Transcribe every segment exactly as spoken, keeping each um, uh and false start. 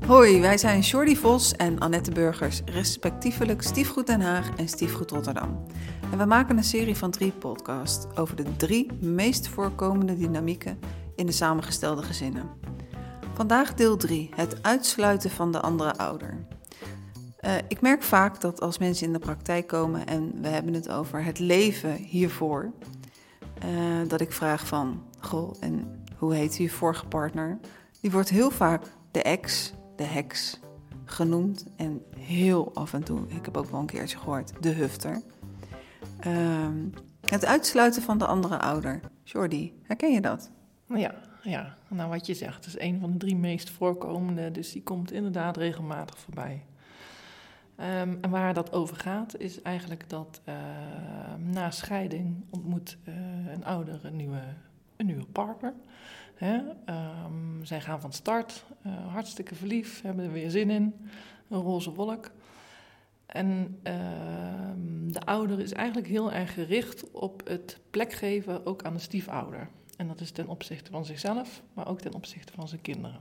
Hoi, wij zijn Jordi Vos en Annette Burgers, respectievelijk Stiefgoed Den Haag en Stiefgoed Rotterdam. En we maken een serie van drie podcasts over de drie meest voorkomende dynamieken in de samengestelde gezinnen. Vandaag deel drie, het uitsluiten van de andere ouder. Uh, ik merk vaak dat als mensen in de praktijk komen en we hebben het over het leven hiervoor, uh, dat ik vraag van, goh, en hoe heet je vorige partner? Die wordt heel vaak de ex, de heks genoemd en heel af en toe, ik heb ook wel een keertje gehoord, de hufter. Uh, het uitsluiten van de andere ouder. Jordi, herken je dat? Ja, ja, nou wat je zegt, het is een van de drie meest voorkomende, dus die komt inderdaad regelmatig voorbij. Um, en waar dat over gaat, is eigenlijk dat uh, na scheiding ontmoet uh, een ouder een nieuwe, een nieuwe partner. Hè? Um, zij gaan van start, uh, hartstikke verliefd, hebben er weer zin in, een roze wolk. En uh, de ouder is eigenlijk heel erg gericht op het plek geven ook aan de stiefouder. En dat is ten opzichte van zichzelf, maar ook ten opzichte van zijn kinderen.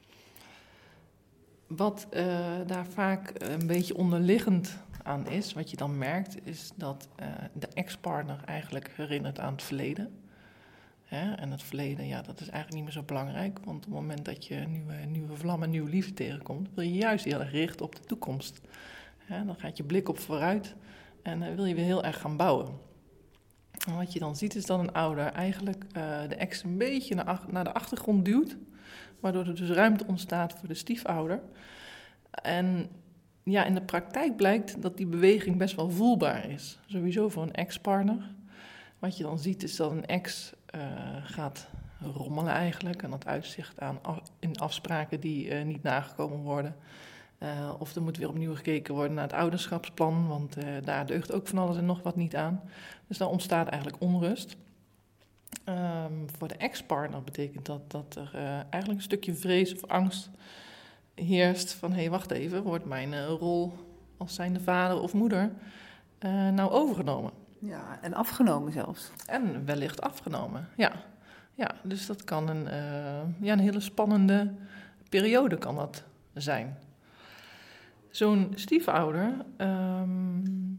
Wat uh, daar vaak een beetje onderliggend aan is, wat je dan merkt, is dat uh, de ex-partner eigenlijk herinnert aan het verleden. Hè? En het verleden, ja, dat is eigenlijk niet meer zo belangrijk, want op het moment dat je een nieuwe, nieuwe vlam en nieuwe liefde tegenkomt, wil je juist heel erg richten op de toekomst. Hè? Dan gaat je blik op vooruit en uh, wil je weer heel erg gaan bouwen. En wat je dan ziet is dat een ouder eigenlijk uh, de ex een beetje naar, naar de achtergrond duwt, waardoor er dus ruimte ontstaat voor de stiefouder. En ja, in de praktijk blijkt dat die beweging best wel voelbaar is. Sowieso voor een ex-partner. Wat je dan ziet is dat een ex uh, gaat rommelen eigenlijk. En dat uitzicht aan af, in afspraken die uh, niet nagekomen worden. Uh, of er moet weer opnieuw gekeken worden naar het ouderschapsplan. Want uh, daar deugt ook van alles en nog wat niet aan. Dus dan ontstaat eigenlijk onrust. Um, voor de ex-partner betekent dat dat er uh, eigenlijk een stukje vrees of angst heerst van, hé, hey, wacht even, wordt mijn uh, rol als zijnde vader of moeder uh, nou overgenomen? Ja, en afgenomen zelfs. En wellicht afgenomen, ja. Ja, dus dat kan een, uh, ja, een hele spannende periode kan dat zijn. Zo'n stiefouder, um,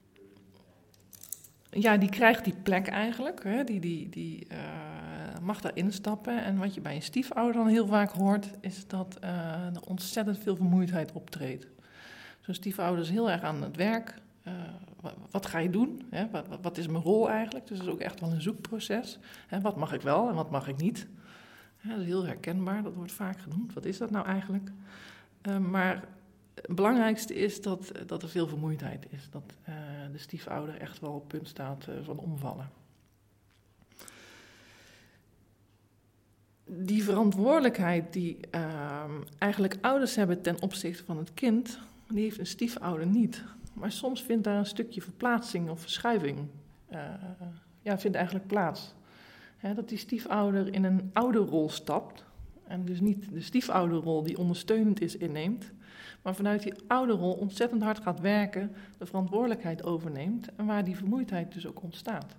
ja, die krijgt die plek eigenlijk, hè, die, die, die uh, mag daar instappen. En wat je bij een stiefouder dan heel vaak hoort, is dat uh, er ontzettend veel vermoeidheid optreedt. Zo'n stiefouder is heel erg aan het werk. Uh, wat, wat ga je doen? Hè? Wat, wat is mijn rol eigenlijk? Dus het is ook echt wel een zoekproces. Hè? Wat mag ik wel en wat mag ik niet? Ja, dat is heel herkenbaar, dat wordt vaak genoemd. Wat is dat nou eigenlijk? Uh, maar het belangrijkste is dat, dat er veel vermoeidheid is. Dat uh, de stiefouder echt wel op het punt staat uh, van omvallen. Die verantwoordelijkheid die uh, eigenlijk ouders hebben ten opzichte van het kind, die heeft een stiefouder niet. Maar soms vindt daar een stukje verplaatsing of verschuiving, uh, ja, vindt eigenlijk plaats. Hè, dat die stiefouder in een ouderrol stapt en dus niet de stiefouderrol die ondersteunend is inneemt, maar vanuit die ouderrol ontzettend hard gaat werken, de verantwoordelijkheid overneemt en waar die vermoeidheid dus ook ontstaat.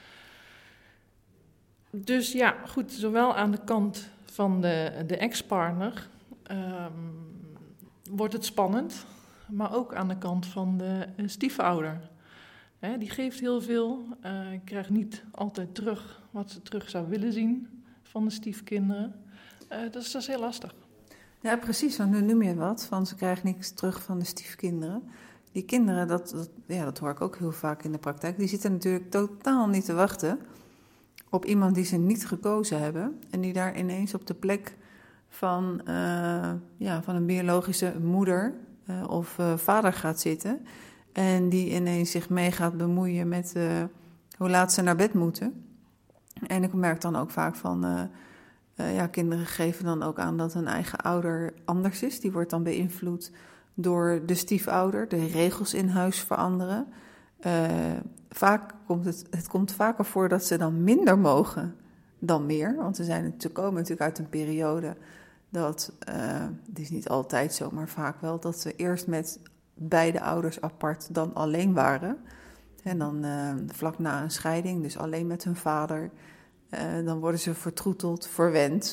Dus ja, goed, zowel aan de kant van de, de ex-partner um, wordt het spannend, maar ook aan de kant van de stiefouder. He, die geeft heel veel, uh, krijgt niet altijd terug wat ze terug zou willen zien van de stiefkinderen. Uh, dus dat is heel lastig. Ja, precies, want nu noem je wat, van ze krijgen niks terug van de stiefkinderen. Die kinderen, dat, dat, ja, dat hoor ik ook heel vaak in de praktijk, die zitten natuurlijk totaal niet te wachten op iemand die ze niet gekozen hebben en die daar ineens op de plek van, uh, ja, van een biologische moeder uh, of uh, vader gaat zitten en die ineens zich mee gaat bemoeien met uh, hoe laat ze naar bed moeten. En ik merk dan ook vaak van, uh, uh, ja, kinderen geven dan ook aan dat hun eigen ouder anders is. Die wordt dan beïnvloed door de stiefouder, de regels in huis veranderen. Uh, vaak komt het, het komt vaker voor dat ze dan minder mogen dan meer. Want ze, zijn, ze komen natuurlijk uit een periode dat, uh, het is niet altijd zo, maar vaak wel, dat ze eerst met beide ouders apart dan alleen waren. En dan uh, vlak na een scheiding, dus alleen met hun vader, uh, dan worden ze vertroeteld, verwend,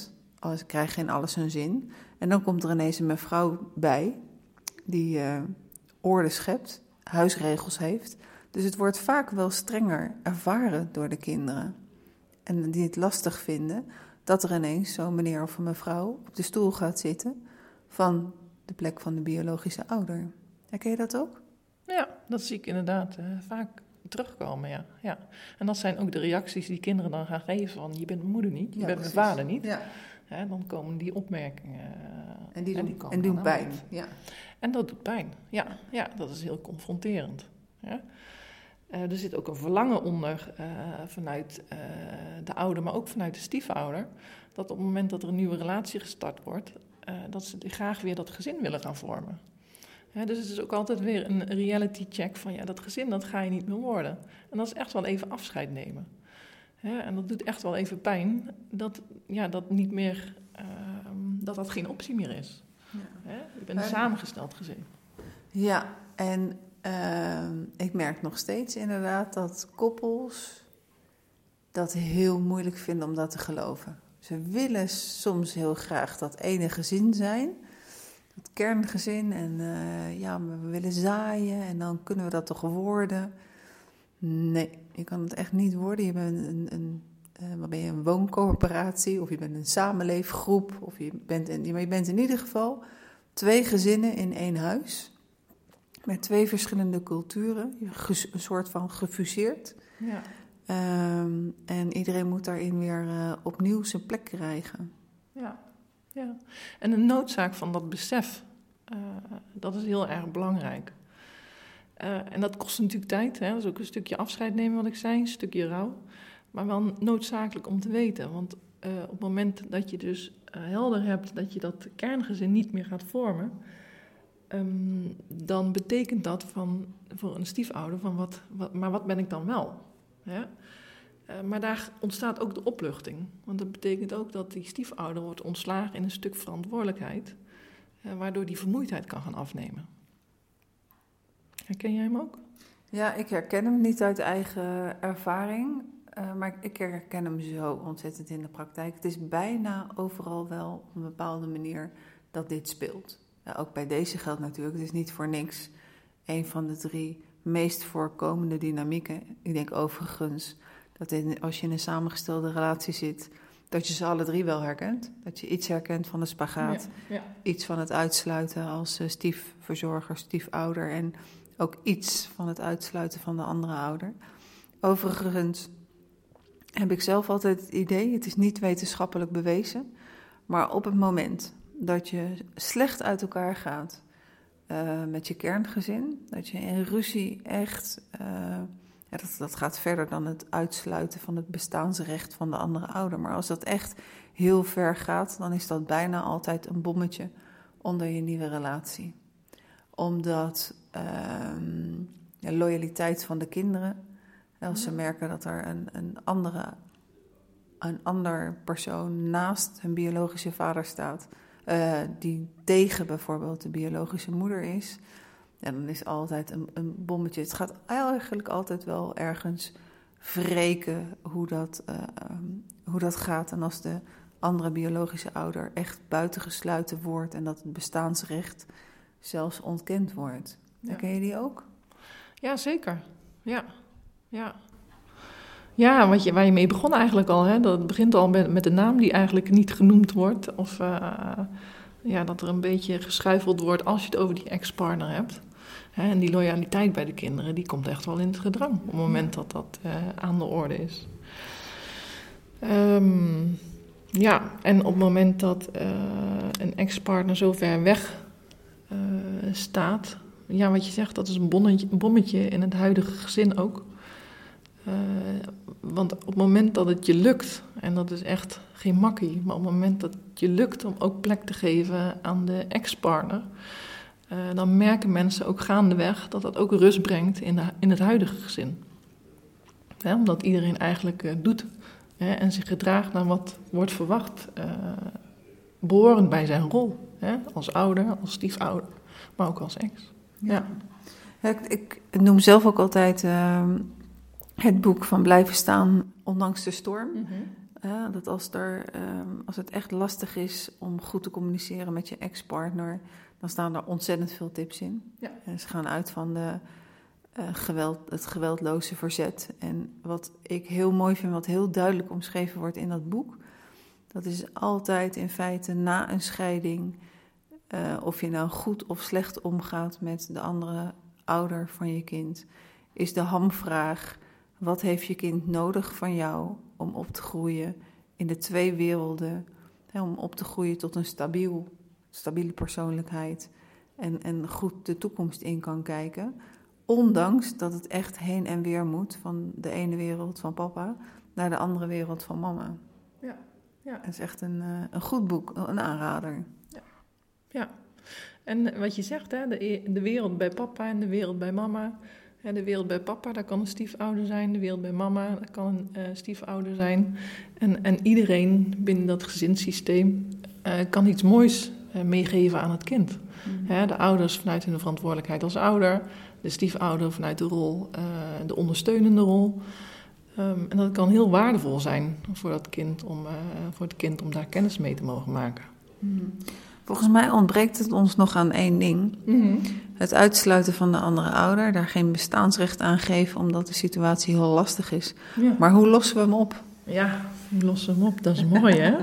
oh, ze krijgen in alles hun zin. En dan komt er ineens een mevrouw bij die uh, orde schept, huisregels heeft. Dus het wordt vaak wel strenger ervaren door de kinderen. En die het lastig vinden dat er ineens zo'n meneer of een mevrouw op de stoel gaat zitten van de plek van de biologische ouder. Herken je dat ook? Ja, dat zie ik inderdaad uh, vaak terugkomen, ja. ja. En dat zijn ook de reacties die kinderen dan gaan geven van je bent mijn moeder niet, je ja, bent precies. mijn vader niet. Ja. Ja, dan komen die opmerkingen. Uh, en die doen, en die komen en doen pijn. Ja. En dat doet pijn, ja. ja. Dat is heel confronterend. Ja. Uh, er zit ook een verlangen onder uh, vanuit uh, de ouder, maar ook vanuit de stiefouder, dat op het moment dat er een nieuwe relatie gestart wordt, uh, dat ze graag weer dat gezin willen gaan vormen. Ja, dus het is ook altijd weer een reality check van ja, dat gezin, dat ga je niet meer worden. En dat is echt wel even afscheid nemen. Ja, en dat doet echt wel even pijn dat ja, dat niet meer, uh, dat dat geen optie meer is. Ja. Ja, je bent een samengesteld gezin. Ja, en uh, ik merk nog steeds inderdaad dat koppels dat heel moeilijk vinden om dat te geloven. Ze willen soms heel graag dat ene gezin zijn, het kerngezin. En uh, ja, we willen zaaien en dan kunnen we dat toch worden. Nee, je kan het echt niet worden. Je bent een, een, uh, wat ben je, een wooncoöperatie of je bent een samenleefgroep. Of je bent in, maar je bent in ieder geval twee gezinnen in één huis. Met twee verschillende culturen. Een soort van gefuseerd. Ja. Um, en iedereen moet daarin weer uh, opnieuw zijn plek krijgen. Ja, ja. En de noodzaak van dat besef, uh, dat is heel erg belangrijk. Uh, en dat kost natuurlijk tijd. Hè? Dat is ook een stukje afscheid nemen, wat ik zei, een stukje rouw. Maar wel noodzakelijk om te weten. Want uh, op het moment dat je dus uh, helder hebt dat je dat kerngezin niet meer gaat vormen, um, dan betekent dat van, voor een stiefouder van wat, wat, maar wat ben ik dan wel? Ja? Uh, maar daar ontstaat ook de opluchting. Want dat betekent ook dat die stiefouder wordt ontslagen in een stuk verantwoordelijkheid, uh, waardoor die vermoeidheid kan gaan afnemen. Herken jij hem ook? Ja, ik herken hem niet uit eigen ervaring, uh, maar ik herken hem zo ontzettend in de praktijk. Het is bijna overal wel op een bepaalde manier dat dit speelt. Ja, ook bij deze geldt natuurlijk, het is niet voor niks een van de drie meest voorkomende dynamieken. Ik denk overigens dat in, als je in een samengestelde relatie zit, dat je ze alle drie wel herkent. Dat je iets herkent van de spagaat, ja, ja. iets van het uitsluiten als uh, stiefverzorger, stiefouder en ook iets van het uitsluiten van de andere ouder. Overigens heb ik zelf altijd het idee, het is niet wetenschappelijk bewezen, maar op het moment dat je slecht uit elkaar gaat uh, met je kerngezin, dat je in ruzie echt, uh, ja, dat, dat gaat verder dan het uitsluiten van het bestaansrecht van de andere ouder. Maar als dat echt heel ver gaat, dan is dat bijna altijd een bommetje onder je nieuwe relatie. Omdat um, ja, loyaliteit van de kinderen, als ze merken dat er een, een, andere, een ander persoon naast hun biologische vader staat, uh, die tegen bijvoorbeeld de biologische moeder is, ja, dan is altijd een, een bommetje. Het gaat eigenlijk altijd wel ergens wreken hoe dat, uh, um, hoe dat gaat. En als de andere biologische ouder echt buitengesluiten wordt en dat het bestaansrecht zelfs ontkend wordt. Ja. Herken je die ook? Ja, zeker. Ja, ja. Ja, wat je, waar je mee begon eigenlijk al. Hè? Dat begint al met, met de naam die eigenlijk niet genoemd wordt. Of uh, ja, dat er een beetje geschuifeld wordt als je het over die ex-partner hebt. Hè? En die loyaliteit bij de kinderen, die komt echt wel in het gedrang. Op het moment dat dat uh, aan de orde is. Um, ja, en op het moment dat uh, een ex-partner zo ver weg uh, staat, ja, wat je zegt, dat is een bommetje, een bommetje in het huidige gezin ook. Uh, want op het moment dat het je lukt, en dat is echt geen makkie, maar op het moment dat het je lukt om ook plek te geven aan de ex-partner, uh, dan merken mensen ook gaandeweg dat dat ook rust brengt in, de, in het huidige gezin. Hè, omdat iedereen eigenlijk uh, doet hè, en zich gedraagt naar wat wordt verwacht, uh, behorend bij zijn rol. Hè, als ouder, als stiefouder, maar ook als ex. Ja. Ja, ik, ik noem zelf ook altijd uh, het boek van Blijven staan ondanks de storm. Mm-hmm. Uh, dat als, er, um, als het echt lastig is om goed te communiceren met je ex-partner, dan staan er ontzettend veel tips in. Ja. En ze gaan uit van de, uh, geweld, het geweldloze verzet. En wat ik heel mooi vind, wat heel duidelijk omschreven wordt in dat boek, dat is altijd in feite na een scheiding, uh, of je nou goed of slecht omgaat met de andere ouder van je kind, is de hamvraag: wat heeft je kind nodig van jou om op te groeien in de twee werelden, hè, om op te groeien tot een stabiel, stabiele persoonlijkheid en, en goed de toekomst in kan kijken, ondanks dat het echt heen en weer moet van de ene wereld van papa naar de andere wereld van mama. Ja, ja. Het is echt een, een goed boek, een aanrader. Ja, ja. En wat je zegt, hè, de, de wereld bij papa en de wereld bij mama. De wereld bij papa, dat kan een stiefouder zijn. De wereld bij mama, dat kan een uh, stiefouder zijn. En, en iedereen binnen dat gezinssysteem uh, kan iets moois uh, meegeven aan het kind. Mm-hmm. Hè, de ouders vanuit hun verantwoordelijkheid als ouder. De stiefouder vanuit de rol, uh, de ondersteunende rol. Um, en dat kan heel waardevol zijn voor, dat kind om, uh, voor het kind om daar kennis mee te mogen maken. Mm-hmm. Volgens mij ontbreekt het ons nog aan één ding. Mm-hmm. Het uitsluiten van de andere ouder, daar geen bestaansrecht aan geven, omdat de situatie heel lastig is. Ja. Maar hoe lossen we hem op? Ja, hoe lossen we hem op? Dat is mooi, hè?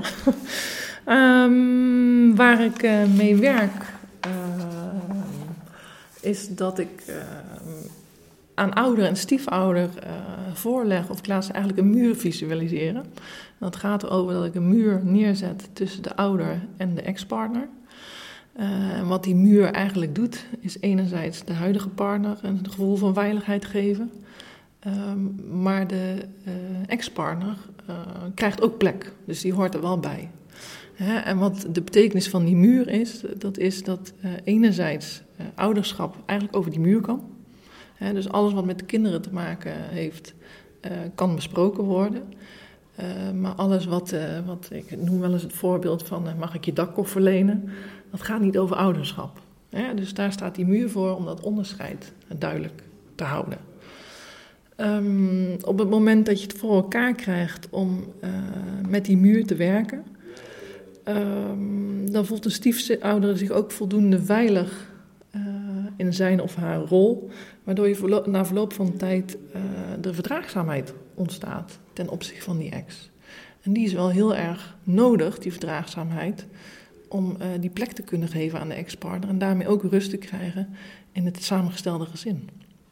um, waar ik uh, mee werk, uh, is dat ik uh, aan ouder en stiefouder uh, voorleg, of ik laat ze eigenlijk een muur visualiseren. Dat gaat erover dat ik een muur neerzet tussen de ouder en de ex-partner. Uh, en wat die muur eigenlijk doet, is enerzijds de huidige partner een gevoel van veiligheid geven. Um, maar de uh, ex-partner uh, krijgt ook plek, dus die hoort er wel bij. Hè? En wat de betekenis van die muur is, dat is dat uh, enerzijds uh, ouderschap eigenlijk over die muur kan. Hè? Dus alles wat met de kinderen te maken heeft, uh, kan besproken worden. Uh, maar alles wat, uh, wat, ik noem wel eens het voorbeeld van, uh, mag ik je dakkoffer lenen? Dat gaat niet over ouderschap. Hè? Dus daar staat die muur voor om dat onderscheid duidelijk te houden. Um, op het moment dat je het voor elkaar krijgt om uh, met die muur te werken, um, dan voelt de stiefouder zich ook voldoende veilig uh, in zijn of haar rol, waardoor je verlo- na verloop van tijd uh, de verdraagzaamheid ontstaat ten opzichte van die ex. En die is wel heel erg nodig, die verdraagzaamheid, om uh, die plek te kunnen geven aan de ex-partner en daarmee ook rust te krijgen in het samengestelde gezin.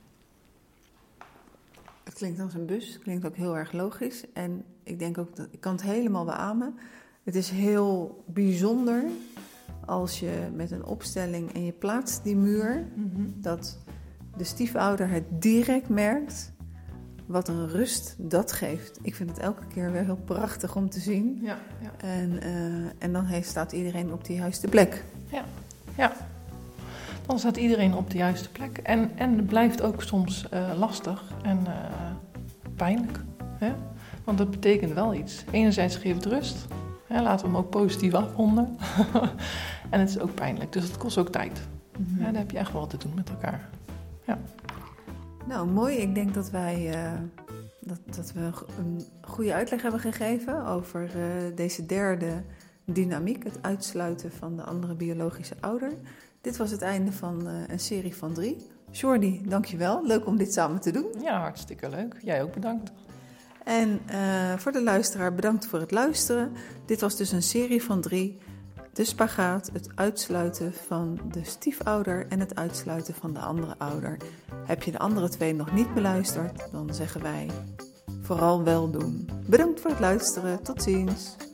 Het klinkt als een bus, het klinkt ook heel erg logisch. En ik denk ook, dat ik kan het helemaal beamen. Het is heel bijzonder als je met een opstelling en je plaatst die muur, mm-hmm. dat de stiefouder het direct merkt wat een rust dat geeft. Ik vind het elke keer weer heel prachtig om te zien. Ja, ja. En, uh, en dan heeft, staat iedereen op de juiste plek. Ja, ja. Dan staat iedereen op de juiste plek. En, en het blijft ook soms uh, lastig en uh, pijnlijk. Hè? Want dat betekent wel iets. Enerzijds geeft het rust. Hè? Laten we hem ook positief afronden. En het is ook pijnlijk. Dus het kost ook tijd. Mm-hmm. Ja, daar heb je echt wel wat te doen met elkaar. Ja. Nou, mooi. Ik denk dat wij uh, dat, dat we een goede uitleg hebben gegeven over uh, deze derde dynamiek. Het uitsluiten van de andere biologische ouder. Dit was het einde van uh, een serie van drie. Jordi, dankjewel. Leuk om dit samen te doen. Ja, hartstikke leuk. Jij ook bedankt. En uh, voor de luisteraar, bedankt voor het luisteren. Dit was dus een serie van drie. De spagaat, het uitsluiten van de stiefouder en het uitsluiten van de andere ouder. Heb je de andere twee nog niet beluisterd, dan zeggen wij vooral wel doen. Bedankt voor het luisteren. Tot ziens.